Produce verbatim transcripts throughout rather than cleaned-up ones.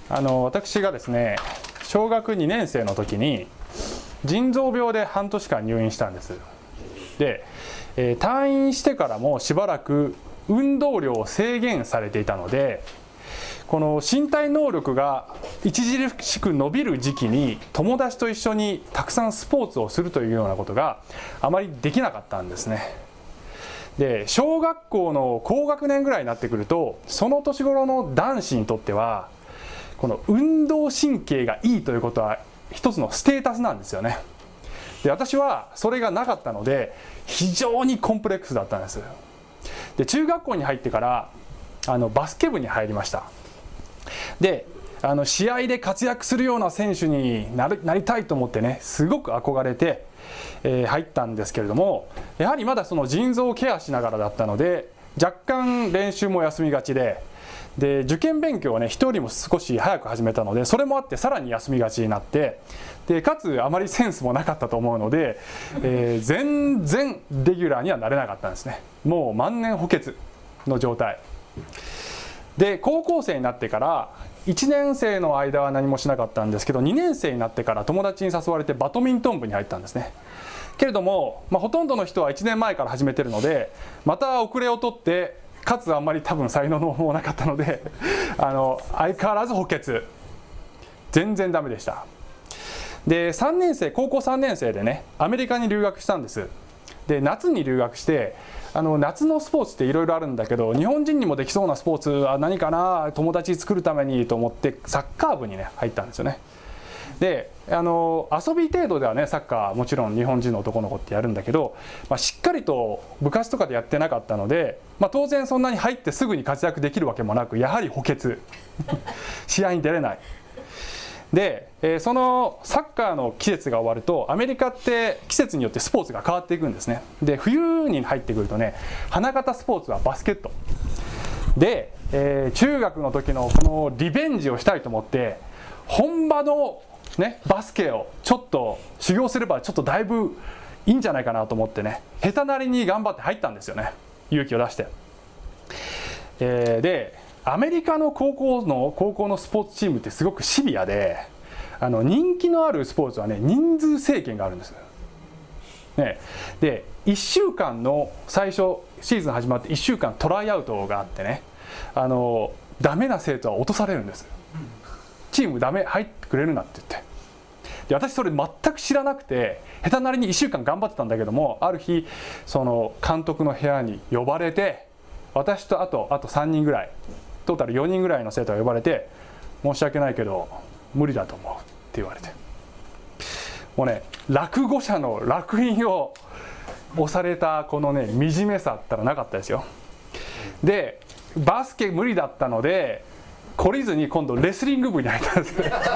あの私がですね小学にねん生の時に腎臓病で半年間入院したんです。で、えー、退院してからもしばらく運動量を制限されていたので、この身体能力が著しく伸びる時期に友達と一緒にたくさんスポーツをするというようなことがあまりできなかったんですね。で、小学校の高学年ぐらいになってくると、その年頃の男子にとってはこの運動神経がいいということは一つのステータスなんですよね。で、私はそれがなかったので非常にコンプレックスだったんです。で、中学校に入ってからあのバスケ部に入りました。で、あの試合で活躍するような選手になり、なりたいと思ってね、すごく憧れて、えー、入ったんですけれども、やはりまだその腎臓をケアしながらだったので若干練習も休みがちで、で受験勉強をね人よりも少し早く始めたので、それもあってさらに休みがちになって、でかつあまりセンスもなかったと思うので、えー、全然レギュラーにはなれなかったんですね。もう万年補欠の状態で、高校生になってからいちねん生の間は何もしなかったんですけど、にねん生になってから友達に誘われてバドミントン部に入ったんですね。けれども、まあ、ほとんどの人はいちねんまえから始めてるので、また遅れを取って、かつあんまり多分才能もなかったのであの相変わらず補欠、全然ダメでした。で、さんねん生、高校さんねん生でねアメリカに留学したんです。で、夏に留学して、あの夏のスポーツっていろいろあるんだけど、日本人にもできそうなスポーツは何かな、友達作るためにと思ってサッカー部にね入ったんですよね。で、あの遊び程度ではねサッカーもちろん日本人の男の子ってやるんだけど、まあ、しっかりと部活とかでやってなかったので、まあ、当然そんなに入ってすぐに活躍できるわけもなく、やはり補欠試合に出れない。で、えー、そのサッカーの季節が終わると、アメリカって季節によってスポーツが変わっていくんですね。で、冬に入ってくるとね、花形スポーツはバスケットで、えー、中学の時のこのリベンジをしたいと思って、本場のね、バスケをちょっと修行すればちょっとだいぶいいんじゃないかなと思ってね、下手なりに頑張って入ったんですよね、勇気を出して。えー、で、アメリカの高校の高校のスポーツチームってすごくシビアで、あの人気のあるスポーツはね人数制限があるんです、ね、でいっしゅうかんの最初シーズン始まっていっしゅうかんトライアウトがあってね、あのダメな生徒は落とされるんです。チームダメ入ってくれるなって言って。で、私それ全く知らなくて下手なりにいっしゅうかん頑張ってたんだけども、ある日その監督の部屋に呼ばれて、私とあとあとさんにんぐらい、トータルよにんぐらいの生徒が呼ばれて、申し訳ないけど無理だと思うって言われて、もうね落語者の烙印を押されたこのね惨めさったらなかったですよ。で、バスケ無理だったので懲りずに今度レスリング部に入ったんです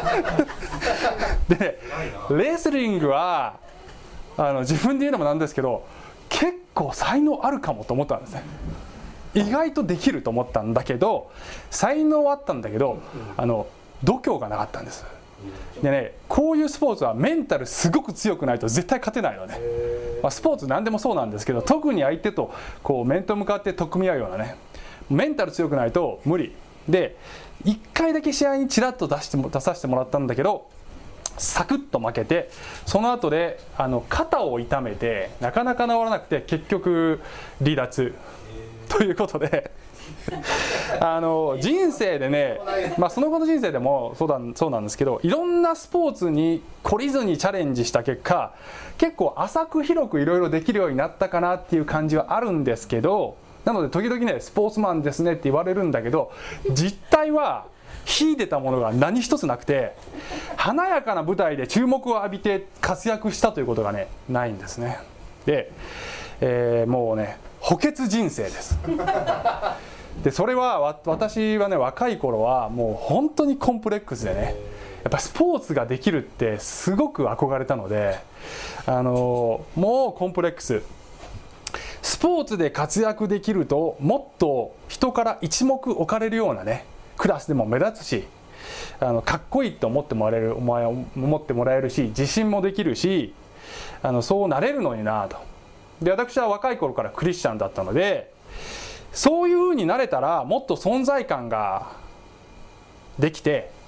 で、レスリングはあの自分で言うのもなんですけど、結構才能あるかもと思ったんですね。意外とできると思ったんだけど、才能はあったんだけど、あの度胸がなかったんです。でね、こういうスポーツはメンタルすごく強くないと絶対勝てないのね。まあ、スポーツ何でもそうなんですけど、特に相手とこう面と向かって取っ組み合うようなね、メンタル強くないと無理で、いっかいだけ試合にちらっと出しても出させてもらったんだけど、サクッと負けて、その後であの肩を痛めてなかなか治らなくて、結局離脱ということであの人生でね、まあ、その後の人生でもそうだ、そうなんですけど、いろんなスポーツに懲りずにチャレンジした結果、結構浅く広くいろいろできるようになったかなっていう感じはあるんですけど、なので時々ねスポーツマンですねって言われるんだけど、実態は秀でたものが何一つなくて、華やかな舞台で注目を浴びて活躍したということがねないんですね。で、えー、もうね補欠人生ですで、それは私はね若い頃はもう本当にコンプレックスでね、やっぱスポーツができるってすごく憧れたので、あのもうコンプレックス、スポーツで活躍できるともっと人から一目置かれるようなねクラスでも目立つし、あのかっこいいと思ってもらえる、思ってもらえるし、自信もできるし、あのそうなれるのになと。で、私は若い頃からクリスチャンだったので、そういう風になれたらもっと存在感ができて、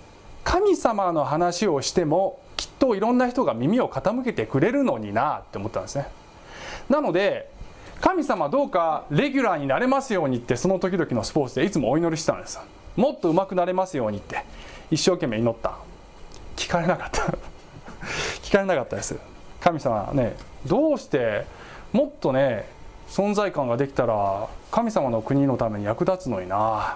神様の話をしてもきっといろんな人が耳を傾けてくれるのになって思ったんですね。なので神様どうかレギュラーになれますようにってその時々のスポーツでいつもお祈りしてたんです。もっと上手くなれますようにって一生懸命祈った。聞かれなかった聞かれなかったです。神様ね、どうしてもっとね存在感ができたら神様の国のために役立つのにな。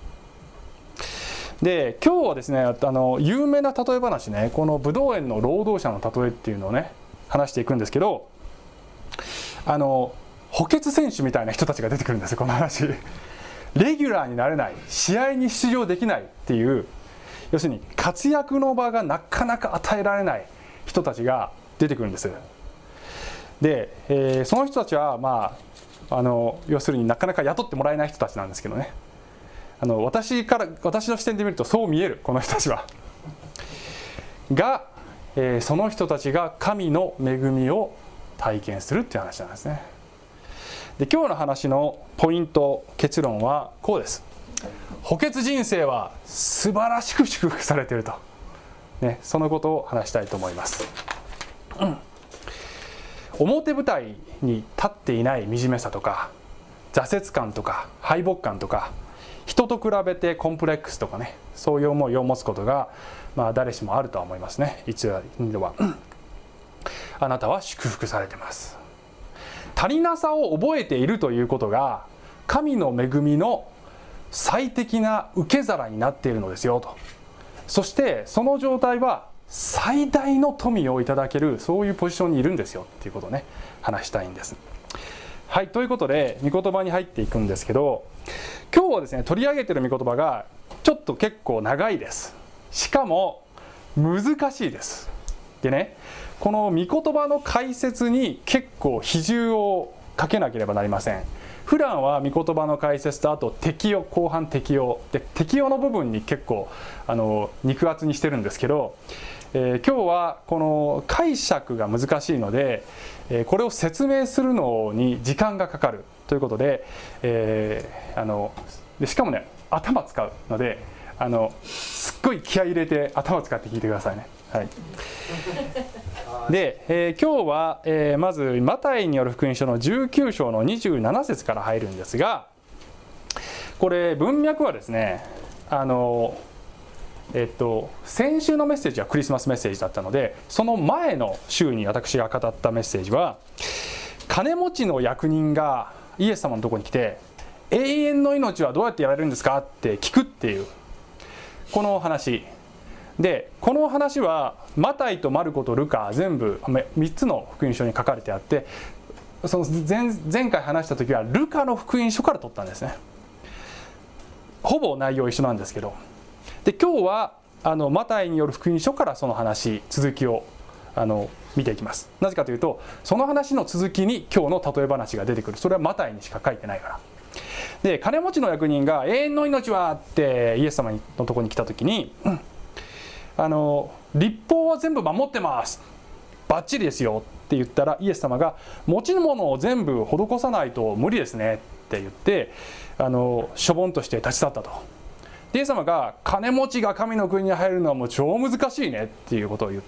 で今日はですね、あの有名な例え話ね、このブドウ園の労働者の例えっていうのをね話していくんですけど、あの補欠選手みたいな人たちが出てくるんですよ、この話。レギュラーになれない、試合に出場できないっていう、要するに活躍の場がなかなか与えられない人たちが出てくるんです。で、えー、その人たちはまああの要するになかなか雇ってもらえない人たちなんですけどね、あの私から私の視点で見るとそう見える、この人たちは。が、えー、その人たちが神の恵みを体験するっていう話なんですね。で今日の話のポイント、結論はこうです。補欠人生は素晴らしく祝福されていると、ね、そのことを話したいと思います、うん、表舞台に立っていない惨めさとか挫折感とか敗北感とか、人と比べてコンプレックスとかね、そういう思いを持つことが、まあ、誰しもあるとは思いますね。一度はあなたは祝福されています。足りなさを覚えているということが神の恵みの最適な受け皿になっているのですよと。そしてその状態は最大の富をいただける、そういうポジションにいるんですよっていうことをね話したいんです。はい、ということで御言葉に入っていくんですけど、今日はですね取り上げている御言葉がちょっと結構長いです。しかも難しいです。でね、この御言葉の解説に結構比重をかけなければなりません。普段は御言葉の解説とあと適用、後半適用で、適用の部分に結構あの肉厚にしてるんですけど、えー、今日はこの解釈が難しいので、えー、これを説明するのに時間がかかるということで、えー、あのでしかもね頭使うので、あのすっごい気合い入れて頭使って聞いてくださいね。はい、で、えー、今日は、えー、まずマタイによる福音書のじゅうきゅう章のにじゅうなな節から入るんですが、これ文脈はですね、あのえっと先週のメッセージはクリスマスメッセージだったので、その前の週に私が語ったメッセージは、金持ちの役人がイエス様のところに来て、永遠の命はどうやってやられるんですかって聞くっていうこの話で、この話はマタイとマルコとルカ全部みっつの福音書に書かれてあって、その 前, 前回話した時はルカの福音書から取ったんですね。ほぼ内容一緒なんですけど、で今日はあのマタイによる福音書からその話、続きをあの見ていきます。なぜかというと、その話の続きに今日の例え話が出てくる。それはマタイにしか書いてないから。で金持ちの役人が永遠の命はってイエス様のところに来た時に、うんあの律法は全部守ってますバッチリですよって言ったら、イエス様が持ち物を全部施さないと無理ですねって言って、あのしょぼんとして立ち去ったと。でイエス様が金持ちが神の国に入るのはもう超難しいねっていうことを言って、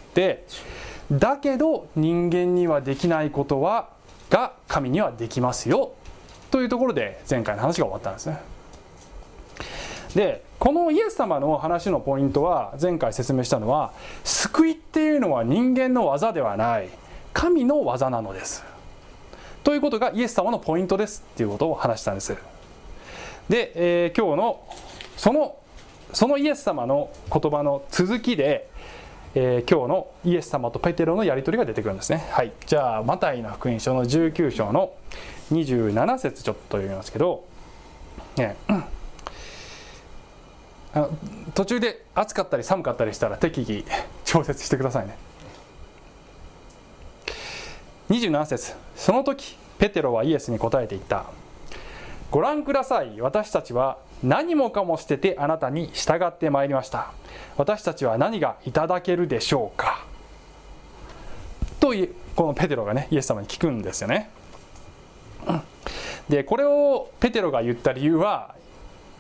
だけど人間にはできないことはが神にはできますよというところで前回の話が終わったんですね。でこのイエス様の話のポイントは、前回説明したのは、救いっていうのは人間の技ではない神の技なのですということがイエス様のポイントですっていうことを話したんです。で、えー、今日のそのそのイエス様の言葉の続きで、えー、今日のイエス様とペテロのやり取りが出てくるんですね。はい、じゃあマタイの福音書のじゅうきゅう章のにじゅうなな節ちょっと読みますけど、ね、あの途中で暑かったり寒かったりしたら適宜調節してくださいね。にじゅうなな節、その時ペテロはイエスに答えて言った。ご覧ください、私たちは何もかも捨ててあなたに従ってまいりました。私たちは何がいただけるでしょうかという、このペテロがねイエス様に聞くんですよね。でこれをペテロが言った理由は、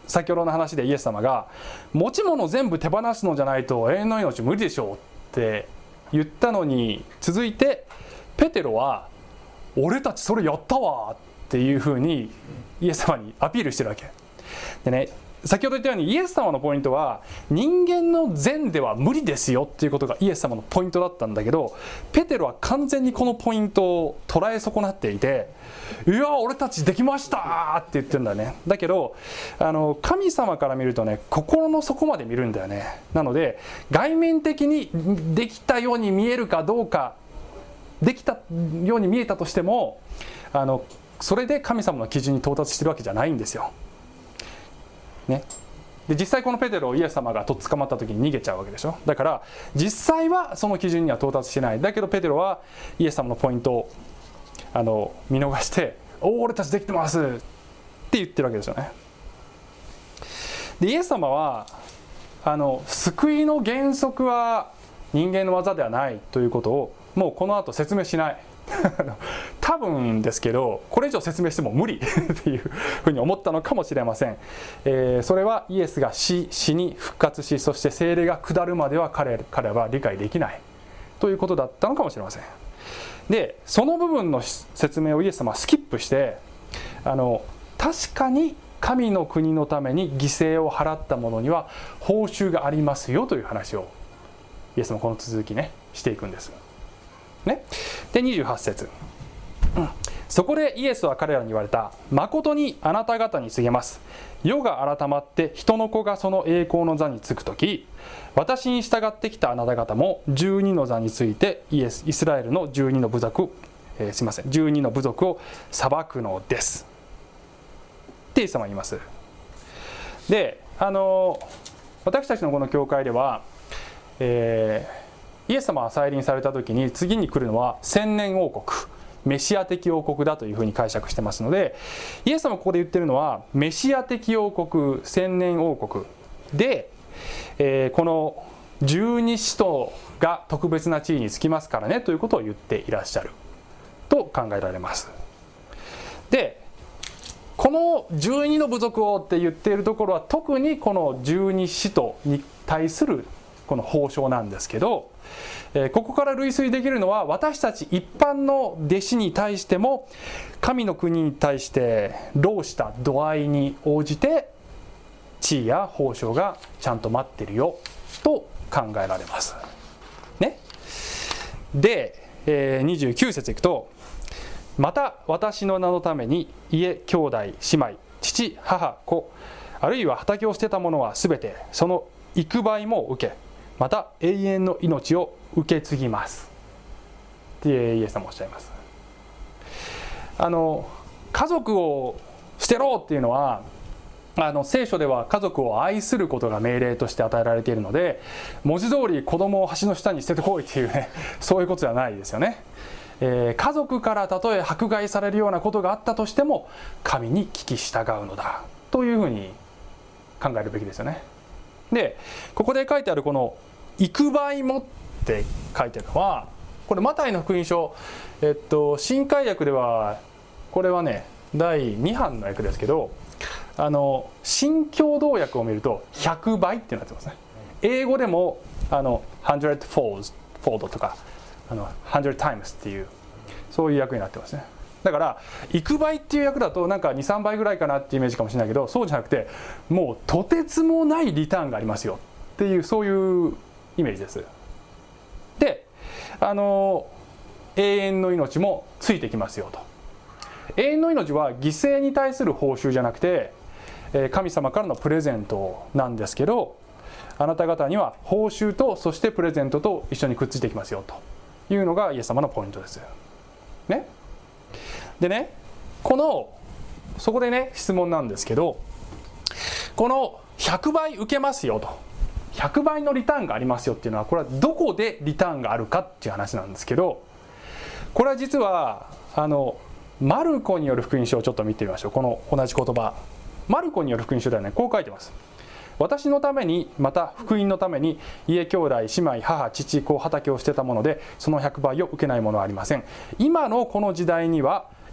先ほどの話でイエス様が持ち物全部手放すのじゃないと永遠の命無理でしょうって言ったのに続いて、ペテロは俺たちそれやったわっていうふうにイエス様にアピールしてるわけでね。先ほど言ったようにイエス様のポイントは人間の善では無理ですよっていうことがイエス様のポイントだったんだけど、ペテロは完全にこのポイントを捉え損なっていて、いや俺たちできましたって言ってるんだね。だけどあの神様から見るとね、心の底まで見るんだよね。なので外面的にできたように見えるかどうか、できたように見えたとしても、あのそれで神様の基準に到達してるわけじゃないんですよね。で実際このペテロをイエス様がとっ捕まった時に逃げちゃうわけでしょ。だから実際はその基準には到達してない。だけどペテロはイエス様のポイントをあの見逃して「おお俺たちできてます」って言ってるわけですよね。でイエス様はあの救いの原則は人間の技ではないということをもうこの後説明しない。多分ですけどこれ以上説明しても無理っていうふうに思ったのかもしれません。えー、それはイエスが死、死に復活し、そして聖霊が下るまでは彼彼は理解できないということだったのかもしれません。でその部分の説明をイエス様はスキップして、あの確かに神の国のために犠牲を払った者には報酬がありますよという話をイエス様はこの続きねしていくんですね。でにじゅうはち節、うん、そこでイエスは彼らに言われた。誠にあなた方に告げます。世が改まって人の子がその栄光の座につくとき、私に従ってきたあなた方もじゅうにの座についてイエスイスラエルのじゅうにの部族、えー、すいませんじゅうにの部族を裁くのですってイエス様は言います。であの私たちのこの教会では、えーイエス様が再臨された時に次に来るのは千年王国、メシア的王国だというふうに解釈してますので、イエス様がここで言ってるのはメシア的王国、千年王国で、えー、この十二使徒が特別な地位につきますからねということを言っていらっしゃると考えられます。でこの十二の部族をって言っているところは特にこの十二使徒に対するこの報奨なんですけど、えー、ここから類推できるのは私たち一般の弟子に対しても神の国に対して労した度合いに応じて地位や報奨がちゃんと待ってるよと考えられますね。で、えー、にじゅうきゅう節いくと、また私の名のために家、兄弟、姉妹、父、母、子、あるいは畑を捨てた者はすべてその幾倍も受け、また永遠の命を受け継ぎますってイエス様おっしゃいます。あの家族を捨てろっていうのはあの聖書では家族を愛することが命令として与えられているので、文字通り子供を橋の下に捨ててこいっていうねそういうことじゃないですよね。えー、家族からたとえ迫害されるようなことがあったとしても神に聞き従うのだというふうに考えるべきですよね。でここで書いてあるこの幾倍もって書いてあるのは、これマタイの福音書、えっと、新海訳ではこれはねだいに版の訳ですけど、あの新共同訳を見るとひゃくばいってなってますね。英語でもあのひゃくフォードとかあのひゃくタイムスっていうそういう訳になってますね。だから幾倍っていう訳だとなんかにさんばいぐらいかなっていうイメージかもしれないけど、そうじゃなくてもうとてつもないリターンがありますよっていうそういうイメージです。であの永遠の命もついてきますよと。永遠の命は犠牲に対する報酬じゃなくて神様からのプレゼントなんですけど、あなた方には報酬とそしてプレゼントと一緒にくっついてきますよというのがイエス様のポイントですね。でねこのそこでね質問なんですけど、このひゃくばい受けますよと、ひゃくばいのリターンがありますよっていうのはこれはどこでリターンがあるかっていう話なんですけど、これは実はあのマルコによる福音書をちょっと見てみましょう。この同じ言葉マルコによる福音書ではねこう書いてます。私のためにまた福音のために家、兄弟、姉妹、母、父、子、畑を捨てたものでそのひゃくばいを受けないものはありません。今のこの時代には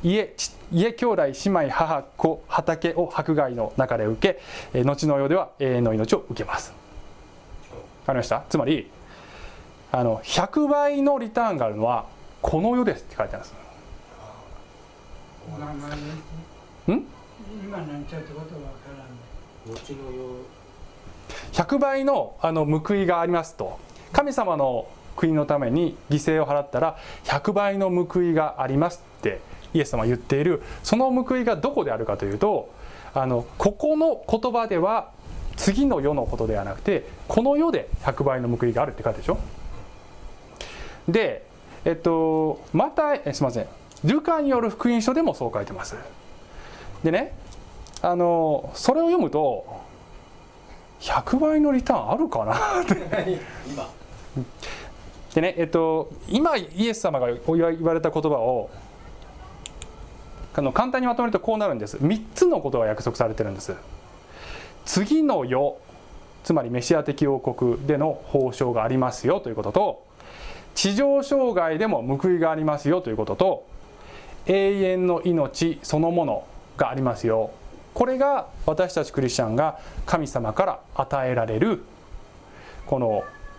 家、家兄弟姉妹母子畑を迫害の中で受け、後の世では永遠の命を受けます。わかりました？つまりあのひゃくばいのリターンがあるのはこの世ですって書いてあるんです。ん？ 今なんちゃってことはわからない。後の世ひゃくばいのあの報いがありますと、神様の国のために犠牲を払ったらひゃくばいの報いがありますってイエス様は言っている。その報いがどこであるかというと、あのここの言葉では次の世のことではなくてこの世でひゃくばいの報いがあるって書いてあるでしょ。でえっとまたえすみませんルカによる福音書でもそう書いてます。でね、あのそれを読むとひゃくばいのリターンあるかなって今でね、えっと、今イエス様が言われた言葉をあの簡単にまとめるとこうなるんです。みっつのことが約束されてるんです。次の世、つまりメシア的王国での報償がありますよということと、地上生涯でも報いがありますよということと、永遠の命そのものがありますよ。これが私たちクリスチャンが神様から与えられるこの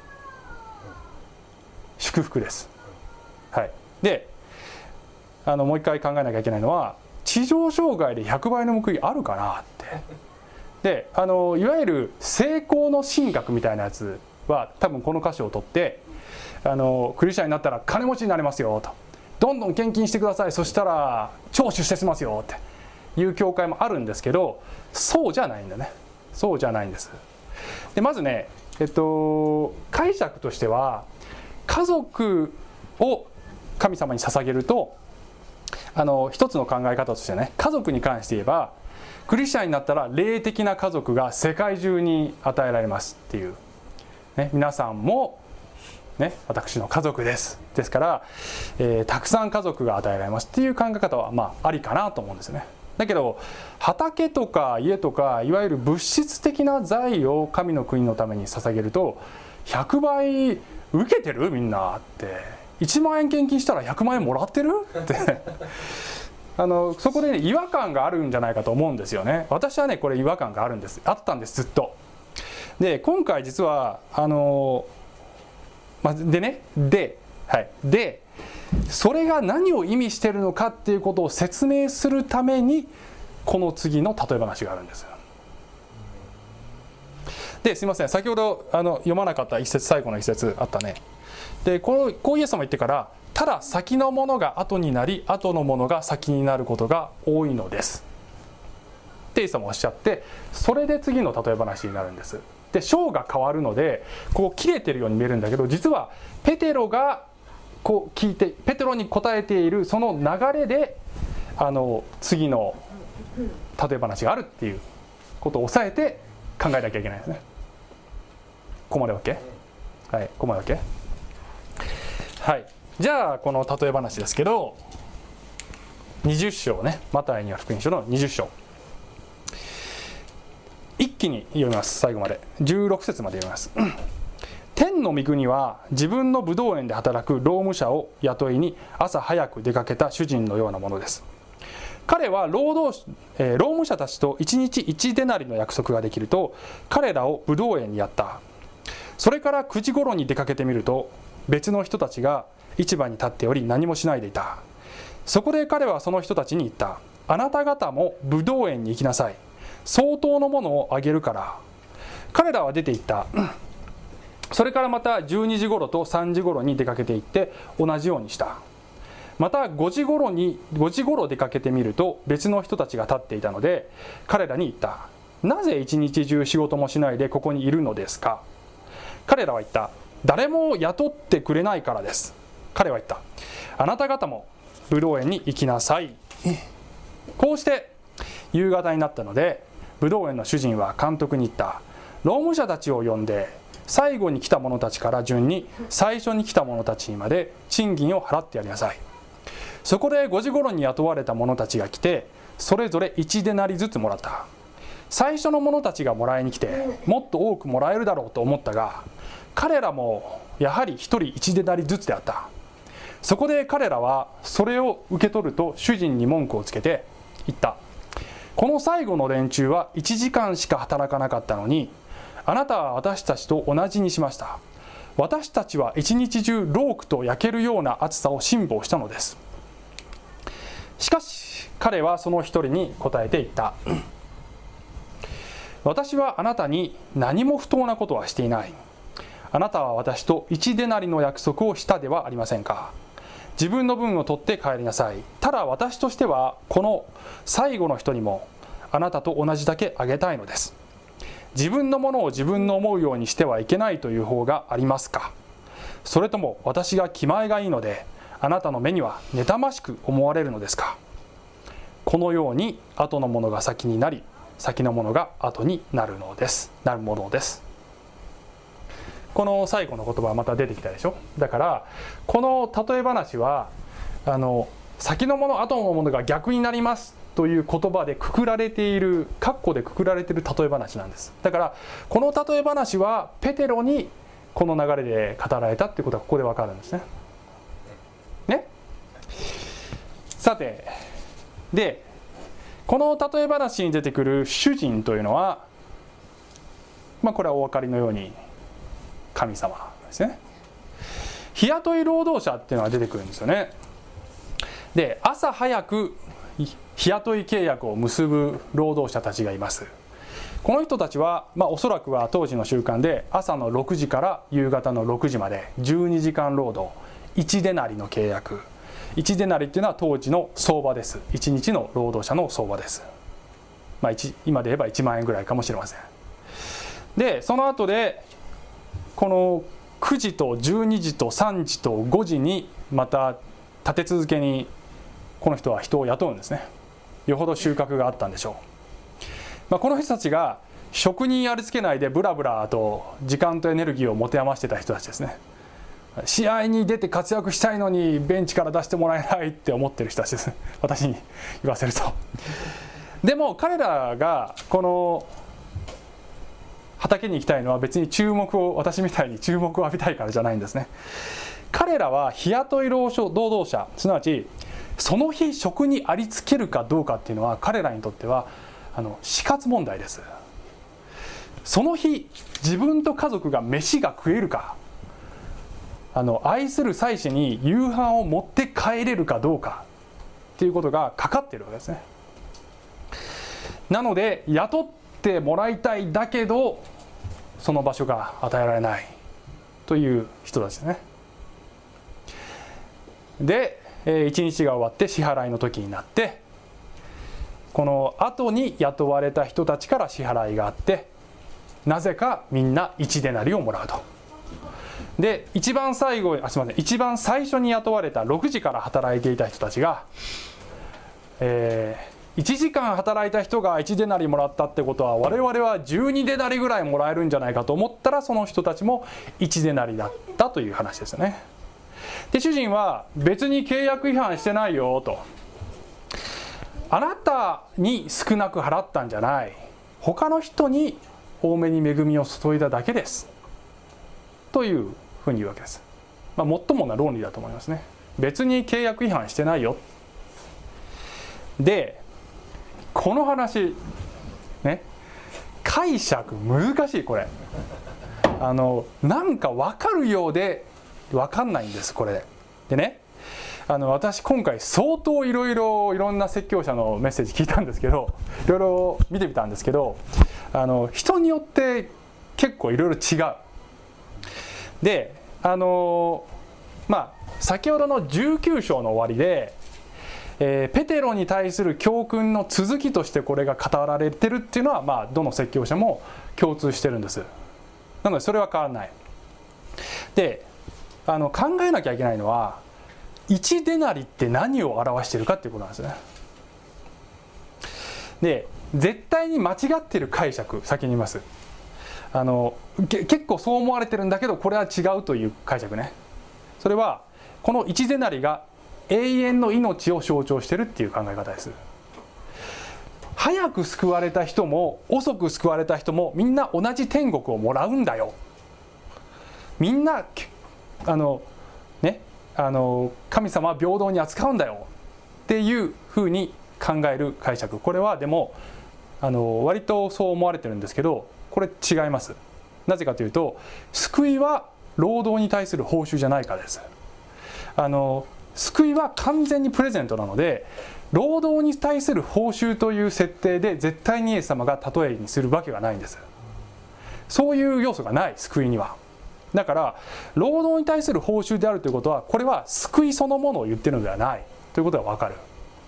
祝福です。はい、であのもう一回考えなきゃいけないのは、地上生涯でひゃくばいの報いあるかなって。であのいわゆる成功の神学みたいなやつは多分この箇所を取ってあのクリスチャンになったら金持ちになれますよと、どんどん献金してください、そしたら超出世しますよっていう教会もあるんですけど、そうじゃないんだね。そうじゃないんです。でまずね、えっと、解釈としては家族を神様に捧げると、あの一つの考え方としてね、家族に関して言えばクリスチャンになったら霊的な家族が世界中に与えられますっていう、ね、皆さんも、ね、私の家族ですですから、えー、たくさん家族が与えられますっていう考え方はまあありかなと思うんですよね。だけど畑とか家とかいわゆる物質的な財を神の国のために捧げるとひゃくばい受けてるみんなって、いちまんえん献金したらひゃくまんえんもらってるってあのそこでね違和感があるんじゃないかと思うんですよね。私はねこれ違和感があるんです。あったんですずっと。で今回実はあの、ま、でねではいでそれが何を意味しているのかっていうことを説明するためにこの次の例え話があるんです。ですいません、先ほどあの読まなかった一節、最後の一節あったね。でこうこうイエス様言ってから、ただ先のものが後になり後のものが先になることが多いのですってイエス様おっしゃって、それで次の例え話になるんです。で章が変わるのでこう切れてるように見えるんだけど、実はペテロがこう聞いてペテロに答えているその流れであの次の例え話があるっていうことを押さえて考えなきゃいけないですね。ここまで OK？ はい、ここまで OK？ はい、じゃあこの例え話ですけどにじゅっ章ね、マタイには福音書のにじゅっ章一気に読みます。最後までじゅうろく節まで読みます。天の御国は自分の葡萄園で働く労務者を雇いに朝早く出かけた主人のようなものです。彼は労働、えー、労務者たちといちにちいちデナリの約束ができると彼らを葡萄園にやった。それからくじ頃に出かけてみると別の人たちが市場に立っており何もしないでいた。そこで彼はその人たちに言った。あなた方も葡萄園に行きなさい。相当のものをあげるから。彼らは出て行った。それからまたじゅうにじ頃とさんじ頃に出かけて行って同じようにした。またごじ頃にごじ頃出かけてみると別の人たちが立っていたので彼らに言った。なぜ一日中仕事もしないでここにいるのですか。彼らは言った。誰も雇ってくれないからです。彼は言った。あなた方も葡萄園に行きなさい。こうして夕方になったので葡萄園の主人は監督に言った。労務者たちを呼んで最後に来た者たちから順に最初に来た者たちにまで賃金を払ってやりなさい。そこでごじ頃に雇われた者たちが来てそれぞれいちデナリずつもらった。最初の者たちがもらいに来てもっと多くもらえるだろうと思ったが彼らもやはりひとりいちデナリずつであった。 そこで彼らはそれを受け取ると主人に文句をつけて言った。この最後の連中はいちじかんしか働かなかったのに、あなたは私たちと同じにしました。私たちは一日中ロークと焼けるような暑さを辛抱したのです。しかし彼はその一人に答えて言った。私はあなたに何も不当なことはしていない。あなたは私と一デナリの約束をしたではありませんか。自分の分を取って帰りなさい。ただ私としてはこの最後の人にもあなたと同じだけあげたいのです。自分のものを自分の思うようにしてはいけないという方がありますか。それとも私が気前がいいのであなたの目には妬ましく思われるのですか。このように後のものが先になり、先のものが後になるのですなるものです。この最後の言葉はまた出てきたでしょ。だからこの例え話はあの先のもの後のものが逆になりますという言葉でくくられている、括弧でくくられている例え話なんです。だからこの例え話はペテロにこの流れで語られたっていうことがここで分かるんですね。ね。さてでこの例え話に出てくる主人というのは、まあこれはお分かりのように神様ですね。日雇い労働者っていうのが出てくるんですよね。で朝早く日雇い契約を結ぶ労働者たちがいます。この人たちは、まあ、おそらくは当時の習慣で朝のろくじから夕方のろくじまでじゅうにじかん労働、いちデナリの契約。いちデナリっていうのは当時の相場です。いちにちの労働者の相場です。まあ、今で言えばいちまんえんぐらいかもしれません。でその後でこのくじとじゅうにじとさんじとごじにまた立て続けにこの人は人を雇うんですね。よほど収穫があったんでしょう。まあ、この人たちが職人ありつけないでブラブラと時間とエネルギーを持て余してた人たちですね。試合に出て活躍したいのにベンチから出してもらえないって思ってる人たちです。私に言わせると。でも彼らがこの畑に行きたいのは別に注目を、私みたいに注目を浴びたいからじゃないんですね。彼らは日雇い労働者、すなわちその日職にありつけるかどうかっていうのは彼らにとってはあの死活問題です。その日自分と家族が飯が食えるか、あの愛する妻子に夕飯を持って帰れるかどうかっていうことがかかっているわけですね。なので雇ってもらいたいだけどその場所が与えられないという人たちですね。で一日が終わって支払いの時になって、この後に雇われた人たちから支払いがあって、なぜかみんないちデナリをもらうと。で一番最後あすみません一番最初に雇われたろくじから働いていた人たちが、えー、いちじかん働いた人がいちデナリもらったってことは我々はじゅうにデナリぐらいもらえるんじゃないかと思ったら、その人たちもいちデナリだったという話ですよね。で主人は別に契約違反してないよと、あなたに少なく払ったんじゃない、他の人に多めに恵みを注いだだけですというふうに言うわけです。まあ、最もな論理だと思いますね。別に契約違反してないよ。でこの話ね、解釈難しい。これあのなんか分かるようで分かんないんですこれでね。あの私今回相当いろいろいろんな説教者のメッセージ聞いたんですけど、いろいろ見てみたんですけど、あの人によって結構いろいろ違う。であのまあ先ほどのじゅうきゅう章の終わりで、えー、ペテロに対する教訓の続きとしてこれが語られてるっていうのは、まあどの説教者も共通してるんです。なのでそれは変わらない。であの考えなきゃいけないのはいちデナリって何を表しているかっていうことなんですね。で絶対に間違っている解釈、先に言います。あの結構そう思われてるんだけどこれは違うという解釈ね。それはこのいちデナリが永遠の命を象徴しているっていう考え方です。早く救われた人も遅く救われた人もみんな同じ天国をもらうんだよ。みんなあのねあの神様は平等に扱うんだよっていうふうに考える解釈、これはでもあの割とそう思われてるんですけど、これ違います。なぜかというと、救いは労働に対する報酬じゃないからです。あの救いは完全にプレゼントなので、労働に対する報酬という設定で絶対にイエス様が例えにするわけがないんです。そういう要素がない、救いには。だから労働に対する報酬であるということは、これは救いそのものを言っているのではないということが分かる。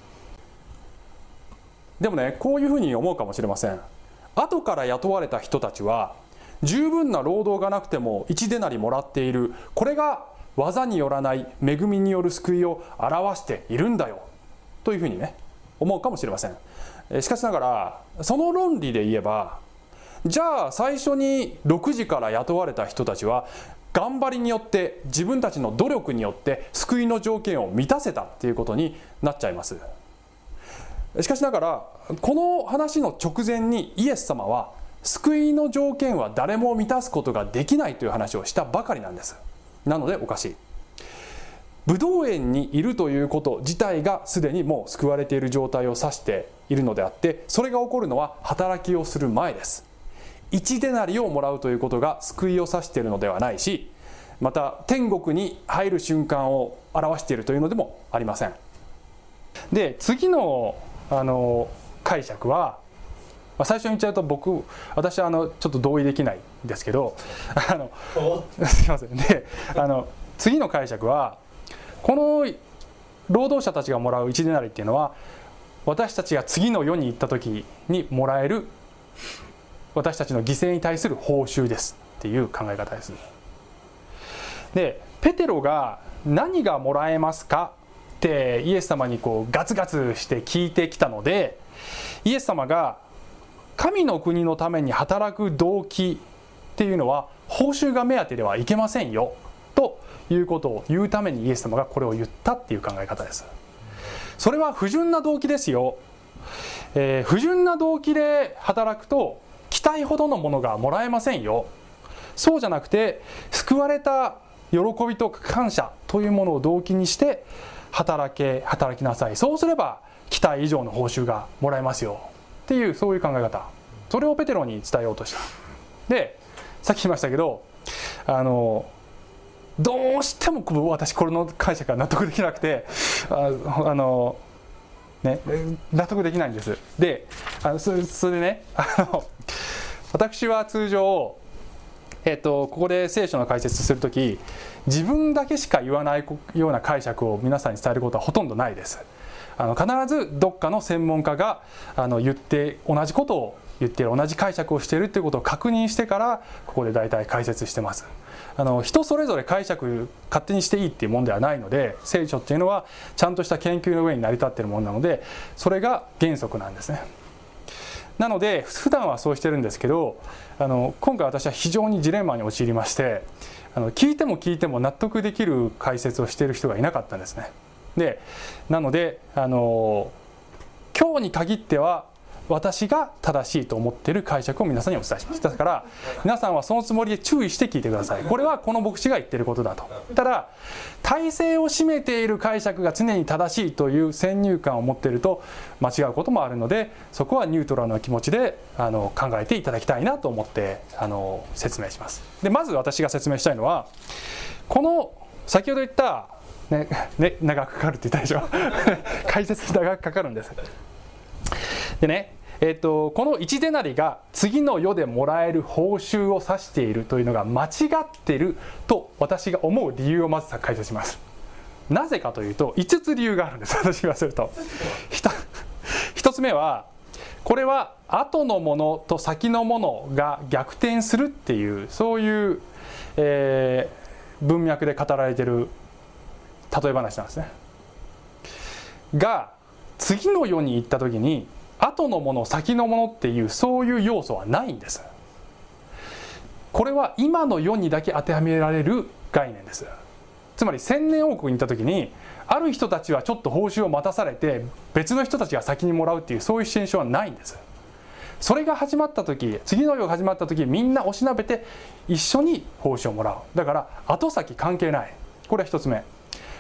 でもね、こういうふうに思うかもしれません。後から雇われた人たちは十分な労働がなくても一デナリもらっている、これが技によらない恵みによる救いを表しているんだよというふうにね、思うかもしれません。しかしながらその論理で言えば、じゃあ最初にろくじから雇われた人たちは頑張りによって、自分たちの努力によって救いの条件を満たせたっていうことになっちゃいます。しかしながらこの話の直前にイエス様は救いの条件は誰も満たすことができないという話をしたばかりなんです。なのでおかしい。ブドウ園にいるということ自体がすでにもう救われている状態を指しているのであって、それが起こるのは働きをする前です。一デナリをもらうということが救いを指しているのではないし、また天国に入る瞬間を表しているというのでもありません。で、次のあの解釈は、まあ、最初に言っちゃうと僕私はあのちょっと同意できないんですけど、あのすいません。で、あの次の解釈は、この労働者たちがもらう一デナリっていうのは、私たちが次の世に行った時にもらえる私たちの犠牲に対する報酬ですっていう考え方です。で、ペテロが何がもらえますかってイエス様にこうガツガツして聞いてきたので、イエス様が神の国のために働く動機っていうのは報酬が目当てではいけませんよということを言うためにイエス様がこれを言ったっていう考え方です。それは不純な動機ですよ。えー、不純な動機で働くと期待ほどのものがもらえませんよ。そうじゃなくて、救われた喜びと感謝というものを動機にして働け働きなさい。そうすれば期待以上の報酬がもらえますよっていう、そういう考え方、それをペテロに伝えようとした。で、さっき言いましたけど、あのどうしても私これの解釈が納得できなくて、ああのね、納得できないんです。で、あのそれそれでね、あの私は通常、えっと、ここで聖書の解説するとき、自分だけしか言わないような解釈を皆さんに伝えることはほとんどないです。あの必ずどっかの専門家があの言って同じことを言っている、同じ解釈をしているということを確認してからここで大体解説してます。あの人それぞれ解釈勝手にしていいっていうものではないので、聖書っていうのはちゃんとした研究の上に成り立っているものなので、それが原則なんですね。なので普段はそうしてるんですけど、あの今回私は非常にジレンマに陥りまして、あの聞いても聞いても納得できる解説をしている人がいなかったんですね。でなのであの今日に限っては私が正しいと思っている解釈を皆さんにお伝えします。だから皆さんはそのつもりで注意して聞いてください。これはこの牧師が言っていることだと。ただ体制を占めている解釈が常に正しいという先入観を持っていると間違うこともあるので、そこはニュートラルな気持ちであの考えていただきたいなと思ってあの説明します。でまず私が説明したいのは、この先ほど言ったねね、長くかかるって言ったでしょ解説長くかかるんです。でね、えー、とこの一デナリが次の世でもらえる報酬を指しているというのが間違っていると私が思う理由をまず解説します。なぜかというといつつ理由があるんです。私がするとひとつめは、これは後のものと先のものが逆転するっていう、そういう、えー、文脈で語られている例え話なんですね。が次の世に行った時に後のもの先のものっていう、そういう要素はないんです。これは今の世にだけ当てはめられる概念です。つまり千年王国に行った時にある人たちはちょっと報酬を待たされて別の人たちが先にもらうっていう、そういう現象はないんです。それが始まった時、次の世が始まった時、みんなおしなべて一緒に報酬をもらう。だから後先関係ない。これはひとつめ。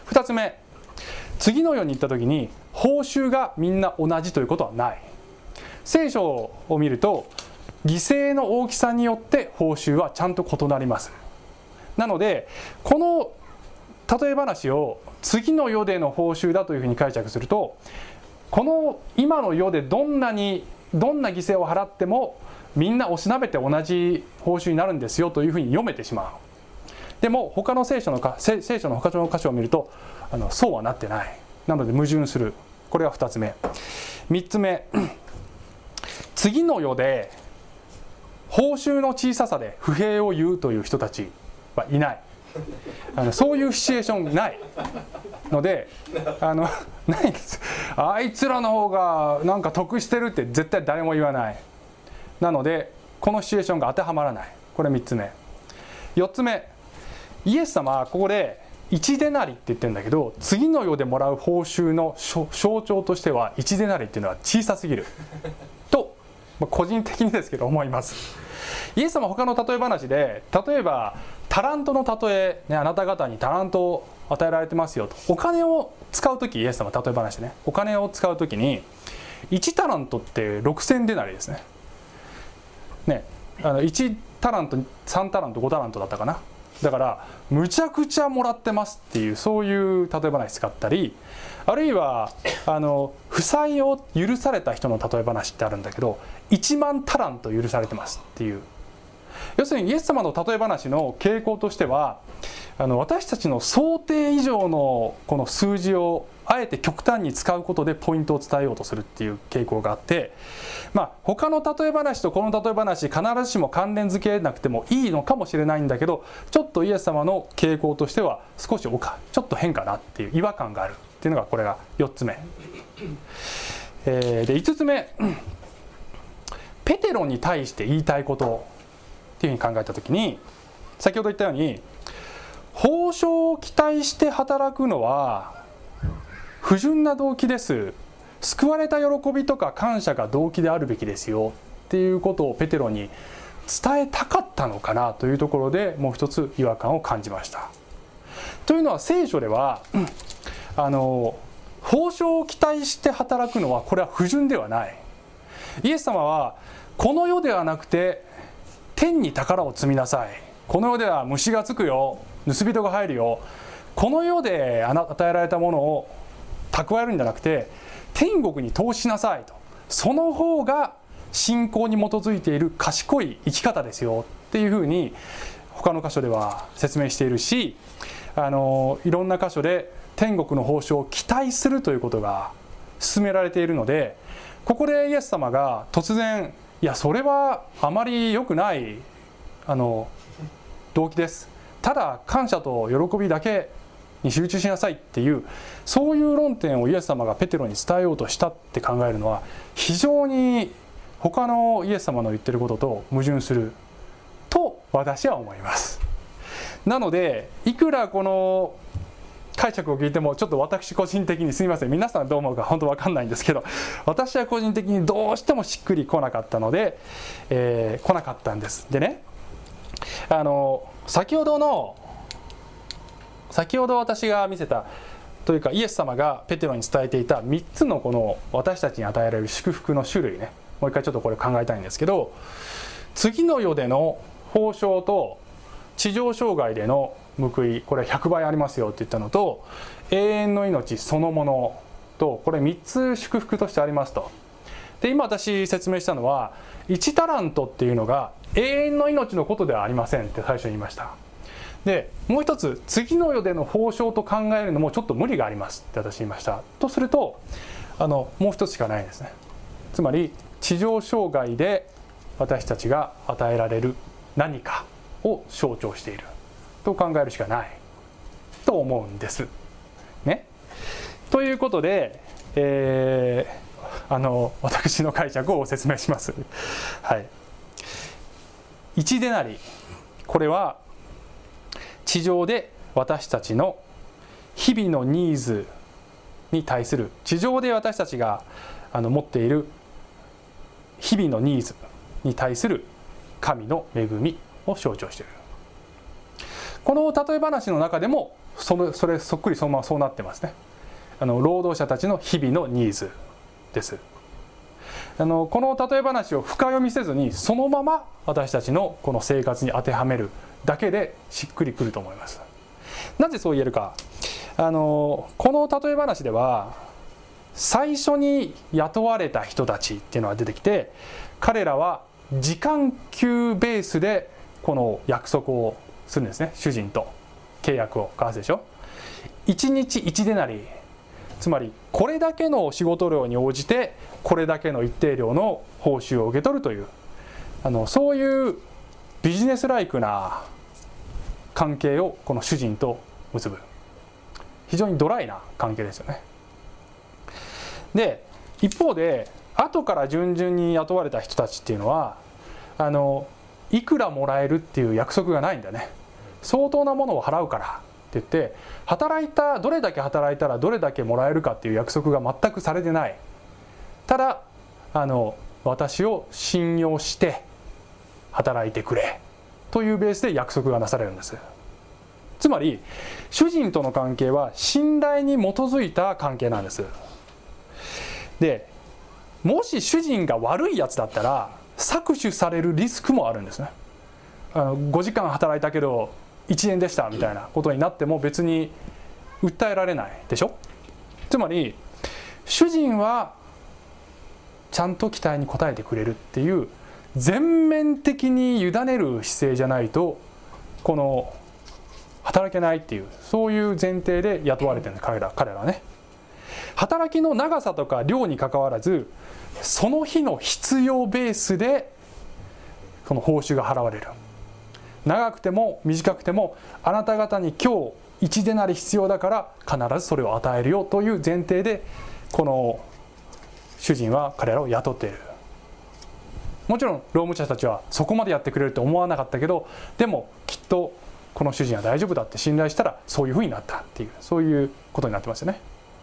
ふたつめ、次のように言った時に報酬がみんな同じということはない。聖書を見ると犠牲の大きさによって報酬はちゃんと異なります。なのでこの例え話を次の世での報酬だというふうに解釈すると、この今の世でどんなにどんな犠牲を払ってもみんなおしなべて同じ報酬になるんですよというふうに読めてしまう。でも他の聖書のか聖書の他の箇所を見るとあのそうはなってない。なので矛盾する。これがふたつめ。みっつめ、次の世で報酬の小ささで不平を言うという人たちはいない。あのそういうシチュエーションないので、あのないんです。あいつらの方がなんか得してるって絶対誰も言わない。なのでこのシチュエーションが当てはまらない。これみっつめ。よっつめ、イエス様はここでいちデナリって言ってるんだけど、次の世でもらう報酬の象徴としてはいちデナリっていうのは小さすぎると、まあ、個人的にですけど思います。イエス様は他の例え話で、例えばタラントの例え、ね、あなた方にタラントを与えられてますよと、お金を使うとき、イエス様は例え話でね、お金を使うときにいちタラントってろくせんデナリですね。ね、あのいちタラント、さんタラント、ごタラントだったかな。だからむちゃくちゃもらってますっていう、そういう例え話使ったり、あるいはあの負債を許された人の例え話ってあるんだけど、いちまんタラント許されてますっていう。要するにイエス様の例え話の傾向としては、あの私たちの想定以上のこの数字をあえて極端に使うことでポイントを伝えようとするっていう傾向があって、まあ、他の例え話とこの例え話必ずしも関連づけなくてもいいのかもしれないんだけど、ちょっとイエス様の傾向としては少しおかちょっと変かなっていう違和感があるっていうのがこれがよっつめ、えー、でいつつめ、ペテロに対して言いたいことっていうふうに考えたときに、先ほど言ったように報酬を期待して働くのは不純な動機です。救われた喜びとか感謝が動機であるべきですよっていうことをペテロに伝えたかったのかなというところで、もう一つ違和感を感じました。というのは聖書ではあの報酬を期待して働くのはこれは不純ではない。イエス様はこの世ではなくて天に宝を積みなさい、この世では虫がつくよ、盗人が入るよ、この世で与えられたものを蓄えるんじゃなくて天国に投資しなさいと、その方が信仰に基づいている賢い生き方ですよっていうふうに他の箇所では説明しているし、あのいろんな箇所で天国の報酬を期待するということが進められているので、ここでイエス様が突然、いやそれはあまり良くないあの動機です、ただ感謝と喜びだけに集中しなさいっていう、そういう論点をイエス様がペテロに伝えようとしたって考えるのは非常に他のイエス様の言ってることと矛盾すると私は思います。なのでいくらこの解釈を聞いてもちょっと私個人的に、すみません皆さんどう思うか本当分かんないんですけど、私は個人的にどうしてもしっくりこなかったので、えー、来なかったんです。でね、あの先ほどの先ほど私が見せたというかイエス様がペテロに伝えていたみっつのこの私たちに与えられる祝福の種類ね、もう一回ちょっとこれ考えたいんですけど、次の世での報酬と地上生涯での報い、これひゃくばいありますよって言ったのと、永遠の命そのものと、これみっつ祝福としてありますと。で今私説明したのはいちタラントっていうのが永遠の命のことではありませんって最初に言いました。でもう一つ、次の世での報酬と考えるのもちょっと無理がありますって私言いました。とするとあのもう一つしかないですね。つまり地上生涯で私たちが与えられる何かを象徴していると考えるしかないと思うんですね。ということで、えー、あの私の解釈を説明します。はい、いちデナリ、これは地上で私たちの日々のニーズに対する、地上で私たちがあの持っている日々のニーズに対する神の恵みを象徴している。この例え話の中でもそれ、それそっくりそのままそうなってますね。あの労働者たちの日々のニーズです。あのこの例え話を深読みせずにそのまま私たちのこの生活に当てはめるだけでしっくりくると思います。なぜそう言えるか、あのこの例え話では最初に雇われた人たちっていうのが出てきて、彼らは時間給ベースでこの約束をするんですね。主人と契約を交わすでしょ。いちにちいちデナリ、つまりこれだけの仕事量に応じてこれだけの一定量の報酬を受け取るという、あのそういうビジネスライクな関係をこの主人と結ぶ、非常にドライな関係ですよね。で一方で後から順々に雇われた人たちっていうのは、あのいくらもらえるっていう約束がないんだね。相当なものを払うからって言って、働いたどれだけ働いたらどれだけもらえるかっていう約束が全くされてない。ただあの私を信用して働いてくれというベースで約束がなされるんです。つまり主人との関係は信頼に基づいた関係なんです。でもし主人が悪いやつだったら搾取されるリスクもあるんですね。あのごじかん働いたけどいちえんでしたみたいなことになっても別に訴えられないでしょ。つまり主人はちゃんと期待に応えてくれるっていう全面的に委ねる姿勢じゃないとこの働けないっていう、そういう前提で雇われてるんです彼ら彼らはね。働きの長さとか量にかかわらずその日の必要ベースでその報酬が払われる。長くても短くてもあなた方に今日いちデナリ必要だから必ずそれを与えるよという前提でこの主人は彼らを雇っている。もちろん労務者たちはそこまでやってくれると思わなかったけど、でもきっとこの主人は大丈夫だって信頼したらそういうふうになったっていう、そういうことになってますよね。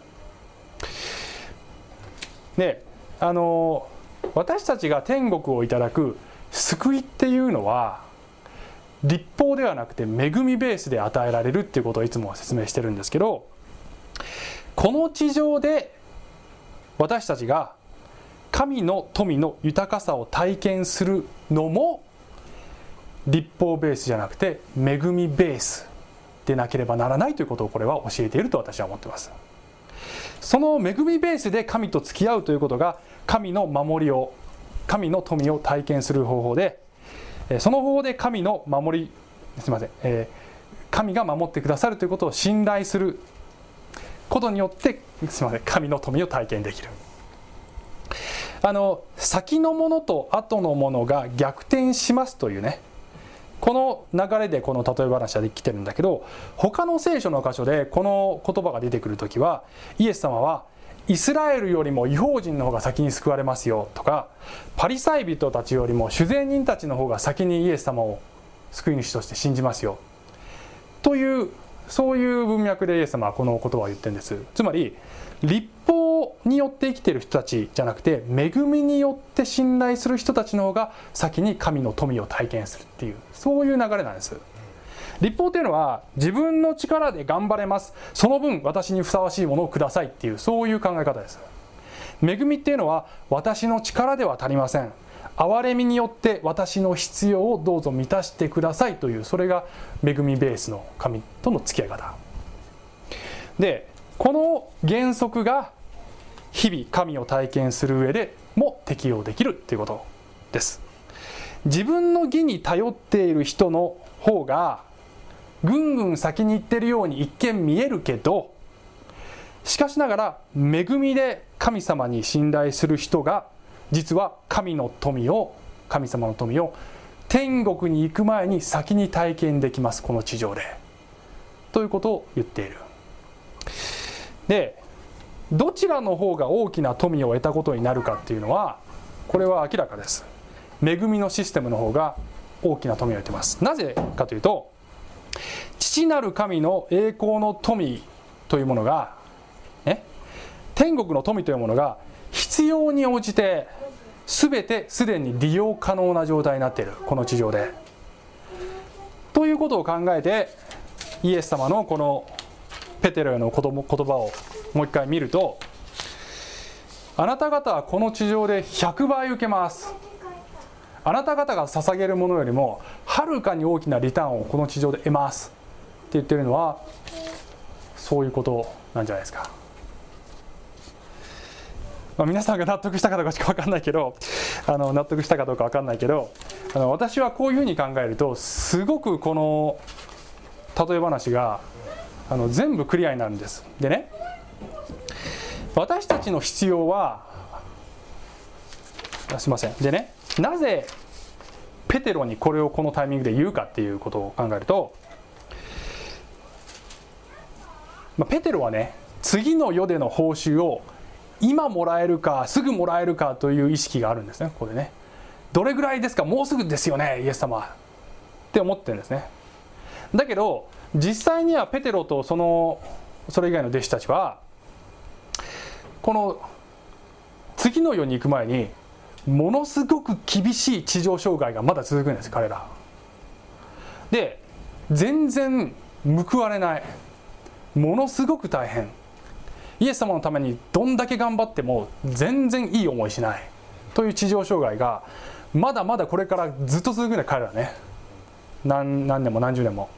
であの私たちが天国をいただく救いっていうのは律法ではなくて恵みベースで与えられるっていうことをいつも説明してるんですけど、この地上で私たちが神の富の豊かさを体験するのも律法ベースじゃなくて恵みベースでなければならないということをこれは教えていると私は思っています。その恵みベースで神と付き合うということが神の守りを、神の富を体験する方法で、その方法で神の守りすみません、えー、神が守ってくださるということを信頼することによってすみません神の富を体験できる。あの先のものと後のものが逆転しますというね、この流れでこの例え話はできてるんだけど、他の聖書の箇所でこの言葉が出てくるときはイエス様はイスラエルよりも異邦人の方が先に救われますよとか、パリサイ人たちよりも主税人たちの方が先にイエス様を救い主として信じますよという、そういう文脈でイエス様はこの言葉を言ってるんです。つまり律法によって生きている人たちじゃなくて恵みによって信頼する人たちの方が先に神の富を体験するっていう、そういう流れなんです。律法というのは自分の力で頑張れます、その分私にふさわしいものをくださいっていう、そういう考え方です。恵みっていうのは私の力では足りません、憐れみによって私の必要をどうぞ満たしてくださいという、それが恵みベースの神との付き合い方で、この原則が日々神を体験する上でも適用できるということです。自分の義に頼っている人の方がぐんぐん先に行ってるように一見見えるけど、しかしながら恵みで神様に信頼する人が実は神の富を、神様の富を天国に行く前に先に体験できます、この地上でということを言っている。でどちらの方が大きな富を得たことになるかっていうのはこれは明らかです。恵みのシステムの方が大きな富を得ています。なぜかというと、父なる神の栄光の富というものが、ね、天国の富というものが必要に応じて全てすでに利用可能な状態になっている、この地上で。ということを考えてイエス様のこのペテロへの言葉をもう一回見ると、あなた方はこの地上でひゃくばい受けます。あなた方が捧げるものよりもはるかに大きなリターンをこの地上で得ますって言ってるのは、そういうことなんじゃないですか。まあ、皆さんが納得したかどうかしか分かんないけど、あの納得したかどうか分かんないけど、あの私はこういうふうに考えると、すごくこの例え話があの全部クリアになるんです。でね、私たちの必要は、すいません。でね、なぜペテロにこれをこのタイミングで言うかっていうことを考えると、まあ、ペテロはね、次の世での報酬を今もらえるかすぐもらえるかという意識があるんですね。ここでね、どれぐらいですか、もうすぐですよねイエス様って思ってるんですね。だけど実際にはペテロとそのそれ以外の弟子たちは、この次の世に行く前にものすごく厳しい地上障害がまだ続くんです、彼らで。全然報われない、ものすごく大変、イエス様のためにどんだけ頑張っても全然いい思いしないという地上障害がまだまだこれからずっと続くんだ、彼らね。 何, 何年も何十年も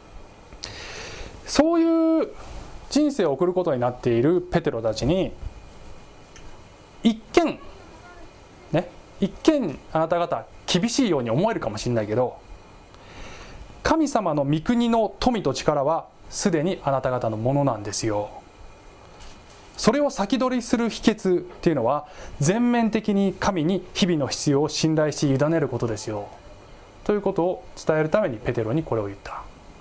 そういう人生を送ることになっているペテロたちに、一見ね、一見あなた方厳しいように思えるかもしれないけど、神様の御国の富と力はすでにあなた方のものなんですよ。それを先取りする秘訣っていうのは、全面的に神に日々の必要を信頼し委ねることですよということを伝えるためにペテロにこれを言った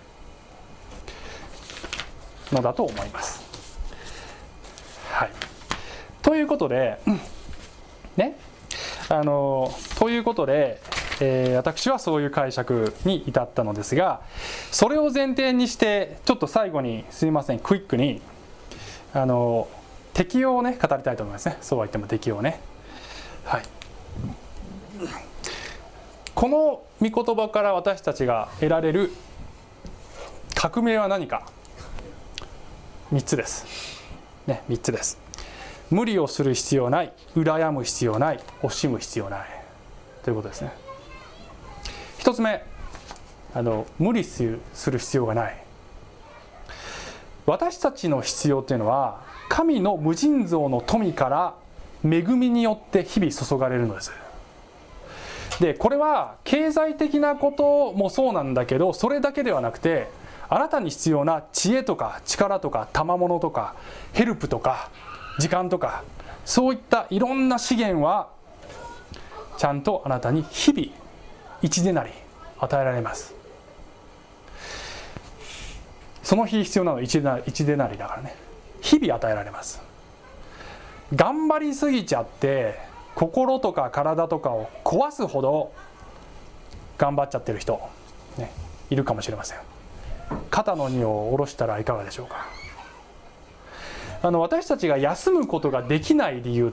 のだと思います。はい、ということでね、あのということで、えー、私はそういう解釈に至ったのですが、それを前提にしてちょっと最後にすみませんクイックにあの適用をね語りたいと思いますね。そうは言っても適用ね。はい。この御言葉から私たちが得られる革命は何か。みっつです。ね、みっつです。無理をする必要ない、羨む必要ない、惜しむ必要ないということですね。ひとつめ、あの無理する必要がない。私たちの必要というのは神の無尽蔵の富から恵みによって日々注がれるのです。でこれは経済的なこともそうなんだけど、それだけではなくて、あなたに必要な知恵とか力とか賜物とかヘルプとか時間とか、そういったいろんな資源はちゃんとあなたに日々一デナリ与えられます。その日必要なのは一デナリだからね、日々与えられます。頑張りすぎちゃって心とか体とかを壊すほど頑張っちゃってる人、ね、いるかもしれません。肩の荷を下ろしたらいかがでしょうか。あの私たちが休むことができない理由って、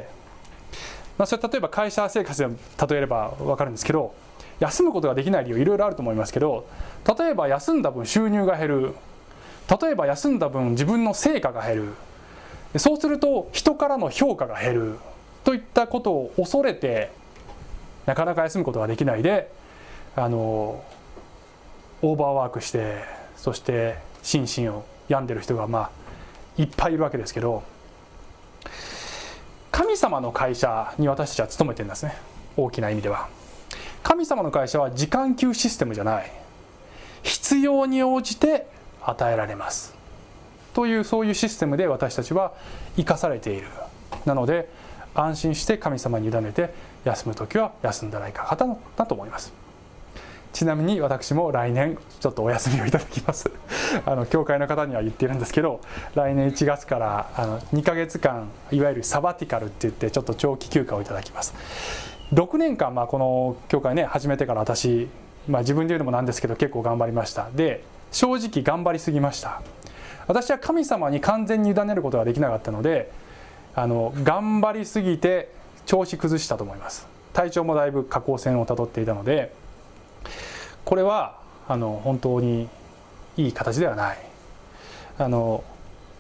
まあ、それ例えば会社生活で例えれば分かるんですけど、休むことができない理由いろいろあると思いますけど、例えば休んだ分収入が減る、例えば休んだ分自分の成果が減る、そうすると人からの評価が減るといったことを恐れてなかなか休むことができないで、あのオーバーワークして、そして心身を病んでる人がまあいっぱいいるわけですけど、神様の会社に私たちは勤めてるんですね。大きな意味では神様の会社は時間給システムじゃない、必要に応じて与えられますという、そういうシステムで私たちは生かされている。なので安心して神様に委ねて休むときは休んだらいかがだと思います。ちなみに私も来年ちょっとお休みをいただきますあの教会の方には言ってるんですけど、来年いちがつからあのにかげつかんいわゆるサバティカルって言ってちょっと長期休暇をいただきます。ろくねんかん、まあ、この教会ね始めてから私、まあ、自分で言うのもなんですけど結構頑張りました。で正直頑張りすぎました。私は神様に完全に委ねることができなかったので、あの頑張りすぎて調子崩したと思います。体調もだいぶ下降線をたどっていたので、これはあの本当にいい形ではない。あの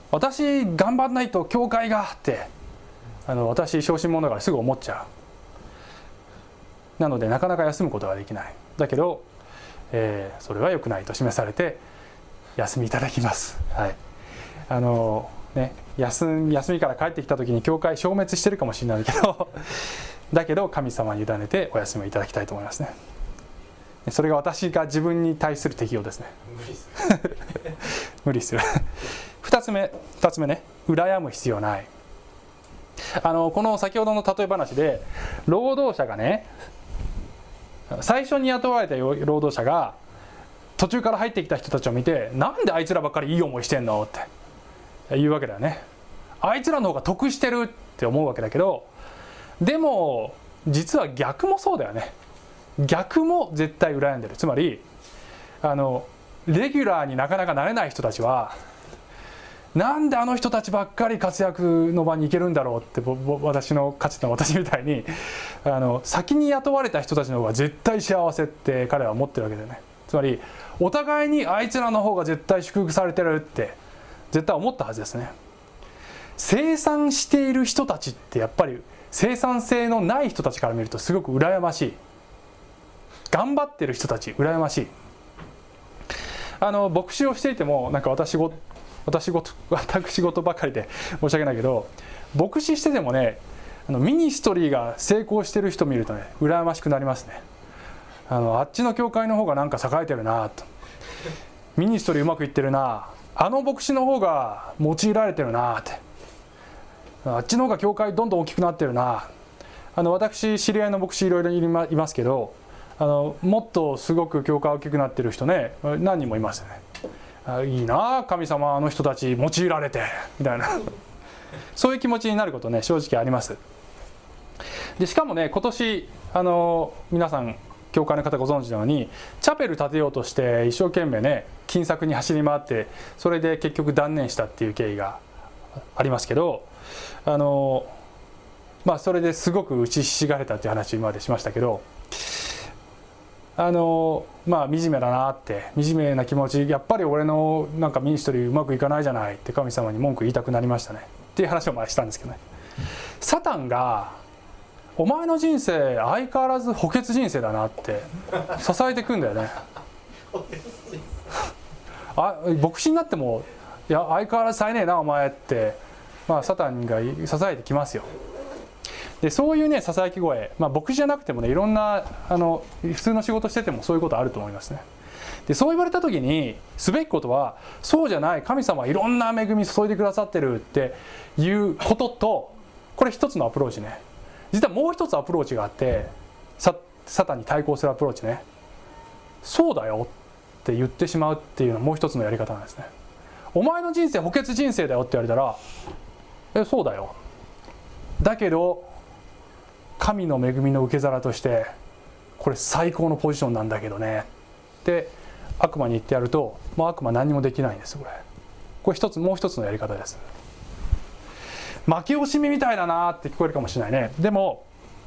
私頑張らないと教会がってあの私小心者がすぐ思っちゃう。なのでなかなか休むことができない。だけど、えー、それは良くないと示されて休みいただきます。はい、あのね、休, 休みから帰ってきた時に教会消滅してるかもしれないけどだけど神様に委ねてお休みいただきたいと思いますね。それが私が自分に対する適用ですね。無理するふたつめふたつめね、羨む必要ない。あのこの先ほどの例え話で労働者がね、最初に雇われた労働者が途中から入ってきた人たちを見て、なんであいつらばっかりいい思いしてんのって言うわけだよね。あいつらの方が得してるって思うわけだけど、でも実は逆もそうだよね。逆も絶対羨んでる。つまりあのレギュラーになかなかなれない人たちは、なんであの人たちばっかり活躍の場に行けるんだろうって、私のかつての私みたいにあの先に雇われた人たちの方が絶対幸せって彼は思ってるわけだよね。つまりお互いにあいつらの方が絶対祝福されてるって絶対思ったはずですね。生産している人たちってやっぱり生産性のない人たちから見るとすごく羨ましい。頑張ってる人たち羨ましい。あの牧師をしていてもなんか私ご私ごと私事ばかりで申し訳ないけど、牧師しててもね、あのミニストリーが成功してる人見るとね羨ましくなりますね。あのあっちの教会の方がなんか栄えてるなと、ミニストリーうまくいってるな、あの牧師の方が用いられてるなって、あっちの方が教会どんどん大きくなってるな。あの私知り合いの牧師いろいろいますけど、あのもっとすごく教会大きくなってる人ね何人もいますね。あ、いいな神様あの人たち用いられてみたいなそういう気持ちになることね正直あります。でしかもね今年あの皆さん教会の方ご存知のようにチャペル建てようとして一生懸命ね金策に走り回って、それで結局断念したっていう経緯がありますけど、あのまあそれですごく打ちひしがれたっていう話を今までしましたけど、あのまあ惨めだなって、惨めな気持ち、やっぱり俺のなんかミニストリーうまくいかないじゃないって神様に文句言いたくなりましたねっていう話を前したんですけどね。サタンがお前の人生相変わらず補欠人生だなって支えてくんだよねあ、牧師になってもいや相変わらず才ねえなお前って、まあ、サタンが支えてきますよ。でそういうねささやき声、まあ、牧師じゃなくてもねいろんなあの普通の仕事しててもそういうことあると思いますね。でそう言われた時にすべきことは、そうじゃない、神様はいろんな恵み注いでくださってるっていうことと、これ一つのアプローチね。実はもう一つアプローチがあって、サ, サタンに対抗するアプローチね。そうだよって言ってしまうっていうのはもう一つのやり方なんですね。お前の人生補欠人生だよって言われたら、えそうだよ、だけど神の恵みの受け皿としてこれ最高のポジションなんだけどねって悪魔に言ってやると、もう悪魔何もできないんです。これこれ一つもう一つのやり方です。負け惜しみみたいだなって聞こえるかもしれないね。でも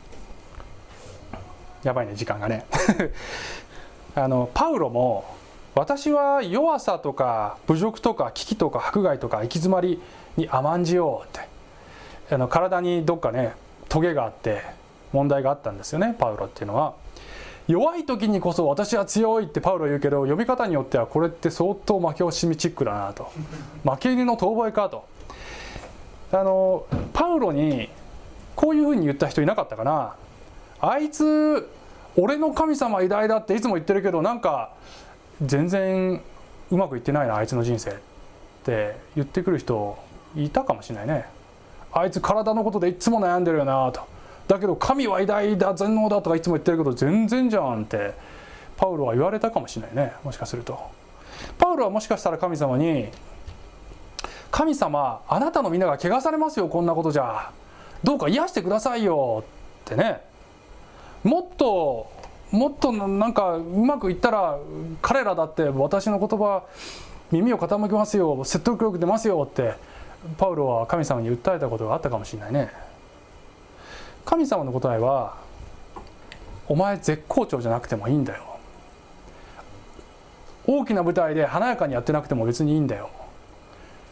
やばいね時間がねあのパウロも、私は弱さとか侮辱とか危機とか迫害とか行き詰まりに甘んじようって、あの体にどっかねトゲがあって問題があったんですよね。パウロっていうのは弱い時にこそ私は強いってパウロ言うけど、読み方によってはこれって相当負け惜しみチックだなと、負け犬の遠吠えかと。あのパウロにこういうふうに言った人いなかったかな。あいつ俺の神様偉大だっていつも言ってるけど、なんか全然うまくいってないなあいつの人生って言ってくる人いたかもしれないね。あいつ体のことでいつも悩んでるよなと、だけど神は偉大だ全能だとかいつも言ってるけど全然じゃんってパウロは言われたかもしれないね。もしかするとパウロはもしかしたら神様に、神様あなたのみんなが汚されますよ、こんなことじゃどうか癒してくださいよってね、もっともっとなんかうまくいったら彼らだって私の言葉耳を傾けますよ、説得力出ますよってパウロは神様に訴えたことがあったかもしれないね。神様の答えは、お前絶好調じゃなくてもいいんだよ、大きな舞台で華やかにやってなくても別にいいんだよ、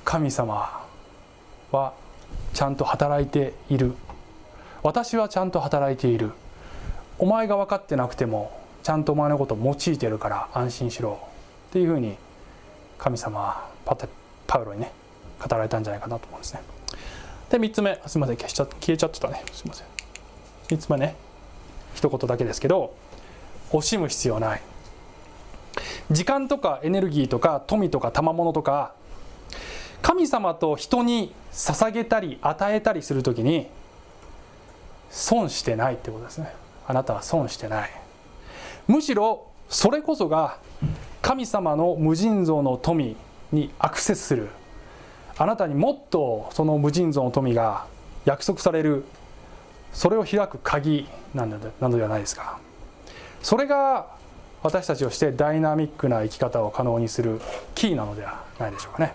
神様はちゃんと働いている、私はちゃんと働いている、お前が分かってなくてもちゃんとお前のことを用いてるから安心しろっていうふうに神様はパテパウロにね語られたんじゃないかなと思うんですね。でみっつめ、すみません消しちゃ消えちゃってたね、すみません。みっつめね、一言だけですけど、惜しむ必要ない。時間とかエネルギーとか富とか賜物とか神様と人に捧げたり与えたりするときに損してないってことですね。あなたは損してない。むしろそれこそが神様の無尽蔵の富にアクセスする、あなたにもっとその無尽蔵の富が約束される、それを開く鍵なので、なのではないですか。それが私たちをしてダイナミックな生き方を可能にするキーなのではないでしょうかね。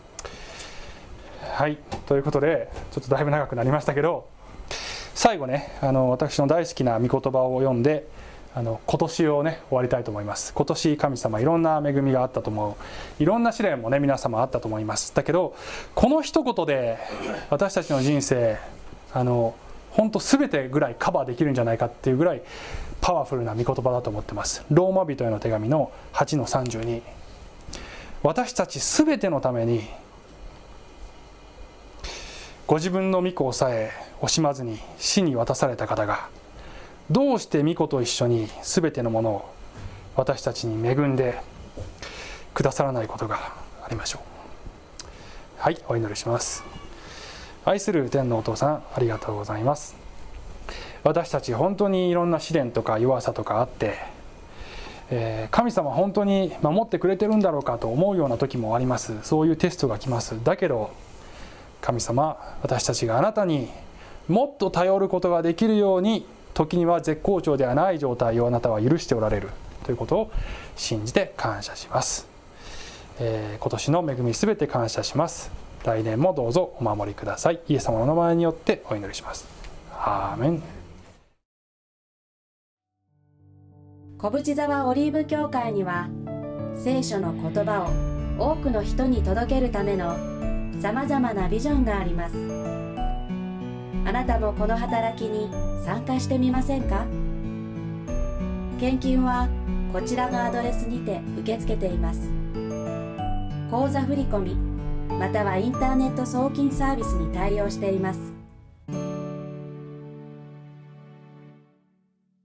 はい、ということでちょっとだいぶ長くなりましたけど、最後ね、あの私の大好きな御言葉を読んであの今年をね終わりたいと思います。今年神様いろんな恵みがあったと思う、いろんな試練もね皆様あったと思います。だけどこの一言で私たちの人生あの本当全てぐらいカバーできるんじゃないかっていうぐらいパワフルな御言葉だと思ってます。ローマ人への手紙のはちのさんじゅうに、私たち全てのためにご自分の御子をさえ惜しまずに死に渡された方が、どうして御子と一緒に全てのものを私たちに恵んでくださらないことがありましょう。はい、お祈りします。愛する天のお父さん、ありがとうございます。私たち本当にいろんな試練とか弱さとかあって、えー、神様本当に守ってくれてるんだろうかと思うような時もあります。そういうテストが来ます。だけど神様、私たちがあなたにもっと頼ることができるように、時には絶好調ではない状態をあなたは許しておられるということを信じて感謝します。えー、今年の恵みすべて感謝します。来年もどうぞお守りください。イエス様の名前によってお祈りします。アーメン。 小淵沢オリーブ教会には聖書の言葉を多くの人に届けるためのさまざまなビジョンがあります。あなたもこの働きに参加してみませんか？献金はこちらのアドレスにて受け付けています。口座振込またはインターネット送金サービスに対応しています。